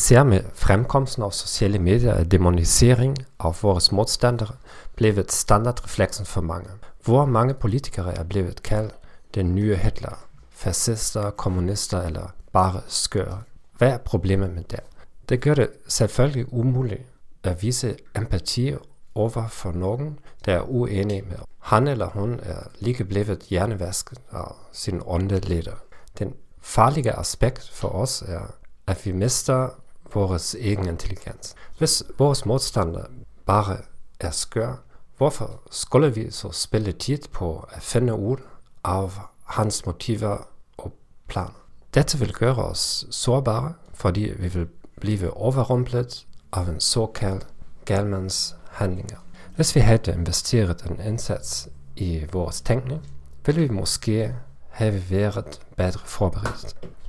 ser med fremkomsten af sociale medier, at demonisering af vores modstandere blevet standardrefleksen for mange. Hvor mange politikere er blevet kaldt den nye Hitler, fascister, kommunister eller bare skøre. Hvad er problemet med det? Det gør det selvfølgelig umuligt at vise empati over for nogen, der er uenig med. Han eller hun er lige blevet hjernevasket af sin åndeleder. Den farlige aspekt for os er, at vi mister vores egen intelligens. Hvis vores modstander bare er skør, hvorfor skulle vi så spille tid på at finde ud af hans motiver og planer? Dette vil gøre os sårbare, fordi vi vil blive overrumplet af en såkaldt galmands handlinger. Hvis vi havde investeret en indsats i vores tænkning, ville vi måske have været bedre forberedt.